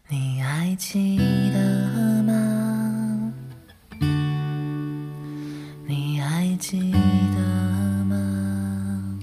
你还记得吗？你还记得吗？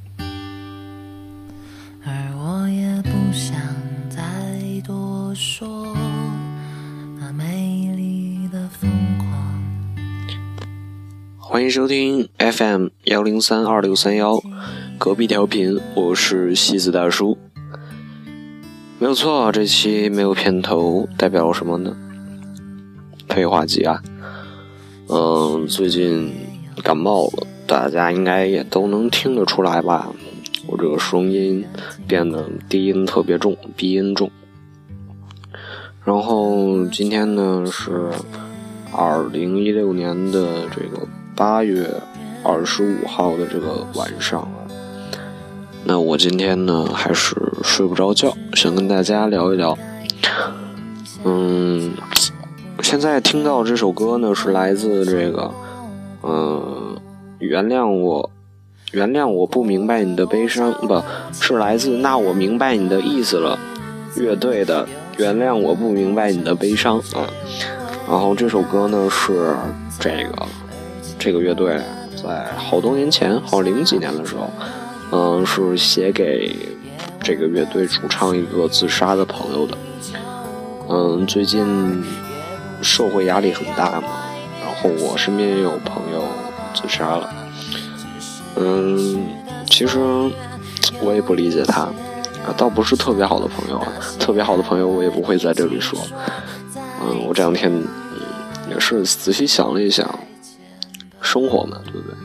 而我也不想再多说那美丽的疯狂。 欢迎收听 FM1032631隔壁调频，我是西子大叔。没有错，这期没有片头，代表什么呢？废话集啊。最近感冒了，大家应该也都能听得出来吧？我这个声音变得低音特别重，鼻音重。然后今天呢是2016年的这个8月25号的这个晚上啊。那我今天呢还是睡不着觉，想跟大家聊一聊。现在听到这首歌呢是来自这个原谅我不明白你的悲伤，不是来自那我明白你的意思了乐队的原谅我不明白你的悲伤啊。然后这首歌呢是这个乐队在好多年前，好像00几年的时候，是写给这个乐队主唱一个自杀的朋友的。最近社会压力很大嘛，然后我身边也有朋友自杀了。其实我也不理解他，倒不是特别好的朋友啊，特别好的朋友我也不会在这里说。我这两天也是仔细想了一想，生活嘛，对不对？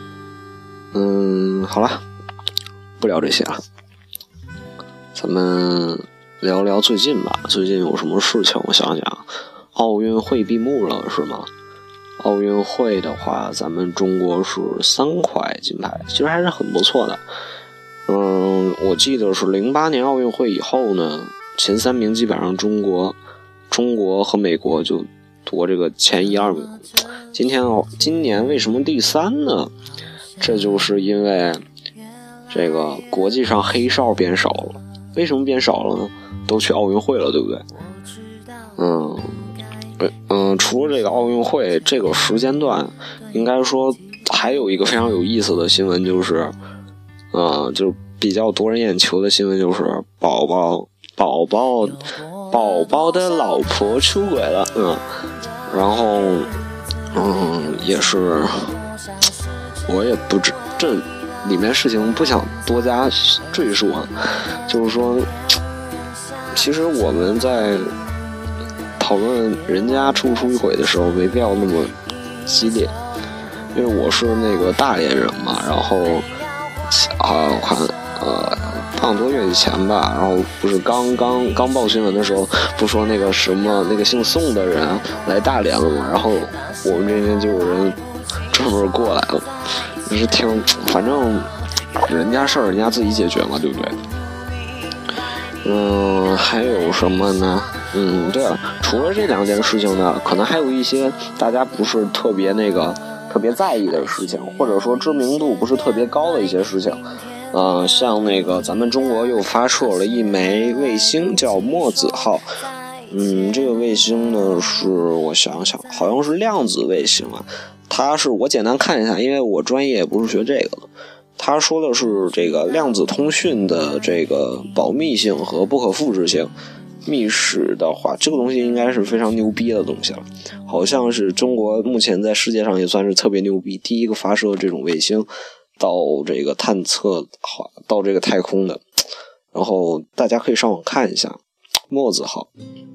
好了，不聊这些了，咱们聊聊最近吧。最近有什么事情？我想想，奥运会闭幕了是吗？奥运会的话，咱们中国是3块金牌，其实还是很不错的。我记得是08年奥运会以后呢，前3名基本上中国和美国就夺这个前1、2名。今年为什么第3呢？这就是因为这个国际上黑哨变少了。为什么变少了呢？都去奥运会了，对不对？除了这个奥运会这个时间段，应该说还有一个非常有意思的新闻，就是就是比较夺人眼球的新闻，就是宝宝的老婆出轨了。然后也是我也不知这里面事情不想多加赘述啊，就是说其实我们在讨论人家出不出轨的时候没必要那么激烈，因为我是那个大连人嘛，然后我看半个多月以前吧，然后不是刚报新闻的时候，不说那个什么那个姓宋的人来大连了嘛，然后我们这边就有人专门过来了，就是听，反正人家事儿人家自己解决嘛，对不对？还有什么呢？对了，除了这2件事情呢，可能还有一些大家不是特别在意的事情，或者说知名度不是特别高的一些事情。像那个咱们中国又发射了一枚卫星，叫墨子号。这个卫星呢是我想想，好像是量子卫星啊。它是我简单看一下，因为我专业也不是学这个的。他说的是这个量子通讯的这个保密性和不可复制性。密室的话，这个东西应该是非常牛逼的东西了，好像是中国目前在世界上也算是特别牛逼，第一个发射这种卫星到这个探测到这个太空的。然后大家可以上网看一下墨子号。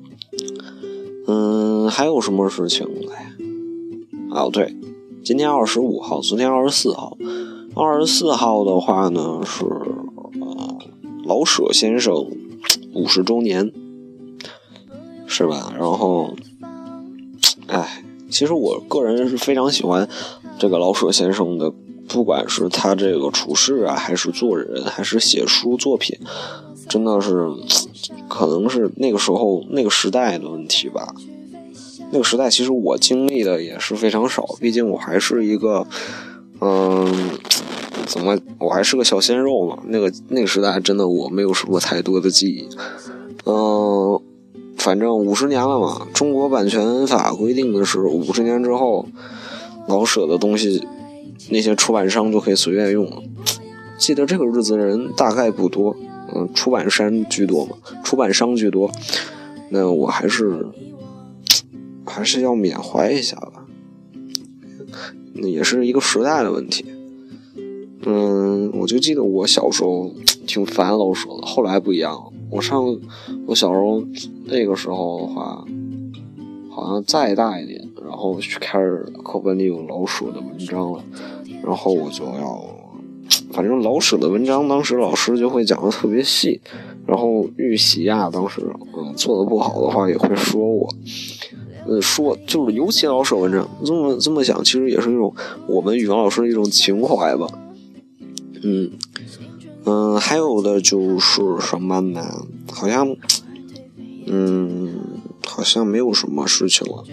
还有什么事情对，今天25号，昨天24号。24号的话呢是老舍先生50周年，是吧？然后其实我个人是非常喜欢这个老舍先生的，不管是他这个处事啊，还是做人，还是写书作品，真的是可能是那个时候那个时代的问题吧。那个时代其实我经历的也是非常少，毕竟我还是一个我还是个小鲜肉嘛。那个时代真的我没有什么太多的记忆。 反正50年了嘛，中国版权法规定的是50年之后，老舍的东西那些出版商就可以随便用了。记得这个日子的人大概不多，出版商居多。那我还是要缅怀一下吧，那也是一个时代的问题。我就记得我小时候挺烦老舍的，后来不一样了。我小时候那个时候的话，好像再大一点，然后开始课本里有老舍的文章了，然后我就要，反正老舍的文章当时老师就会讲得特别细，然后玉玺呀当时做得不好的话也会说我，说就是尤其老舍文章，这么想其实也是一种我们语文老师的一种情怀吧。还有的就是什么呢？好像没有什么事情了。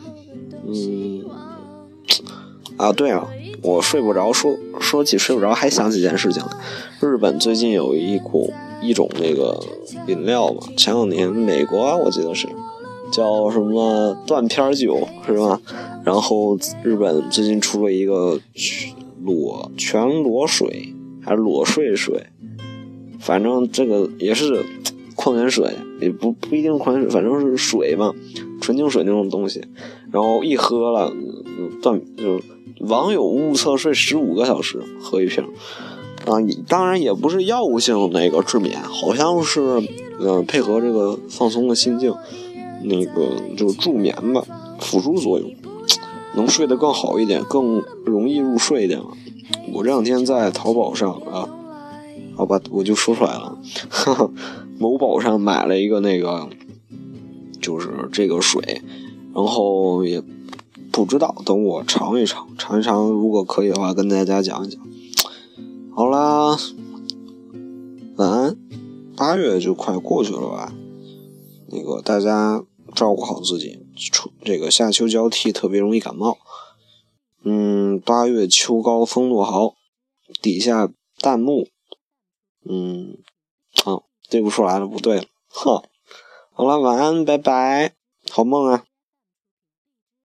对啊，我睡不着，说起睡不着还想起一件事情来。日本最近有一种那个饮料嘛，前2年美国我记得是叫什么断片酒是吧？然后日本最近出了一个全裸水还是裸睡水，反正这个也是矿泉水，也不一定矿泉水，反正是水嘛，纯净水那种东西。然后一喝了就是网友误测睡15个小时喝一瓶当然也不是药物性那个治眠，好像是配合这个放松的心境，那个就是助眠吧，辅助作用，能睡得更好一点，更容易入睡一点。我这2天在淘宝上好吧，我就说出来了，某宝上买了一个那个就是这个水，然后也不知道，等我尝一尝，如果可以的话跟大家讲一讲。好啦，晚安。8月就快过去了吧，那个大家照顾好自己，这个夏秋交替特别容易感冒。8月秋高风怒号，底下弹幕对不出来了，不对了，好了，晚安，拜拜，好梦啊。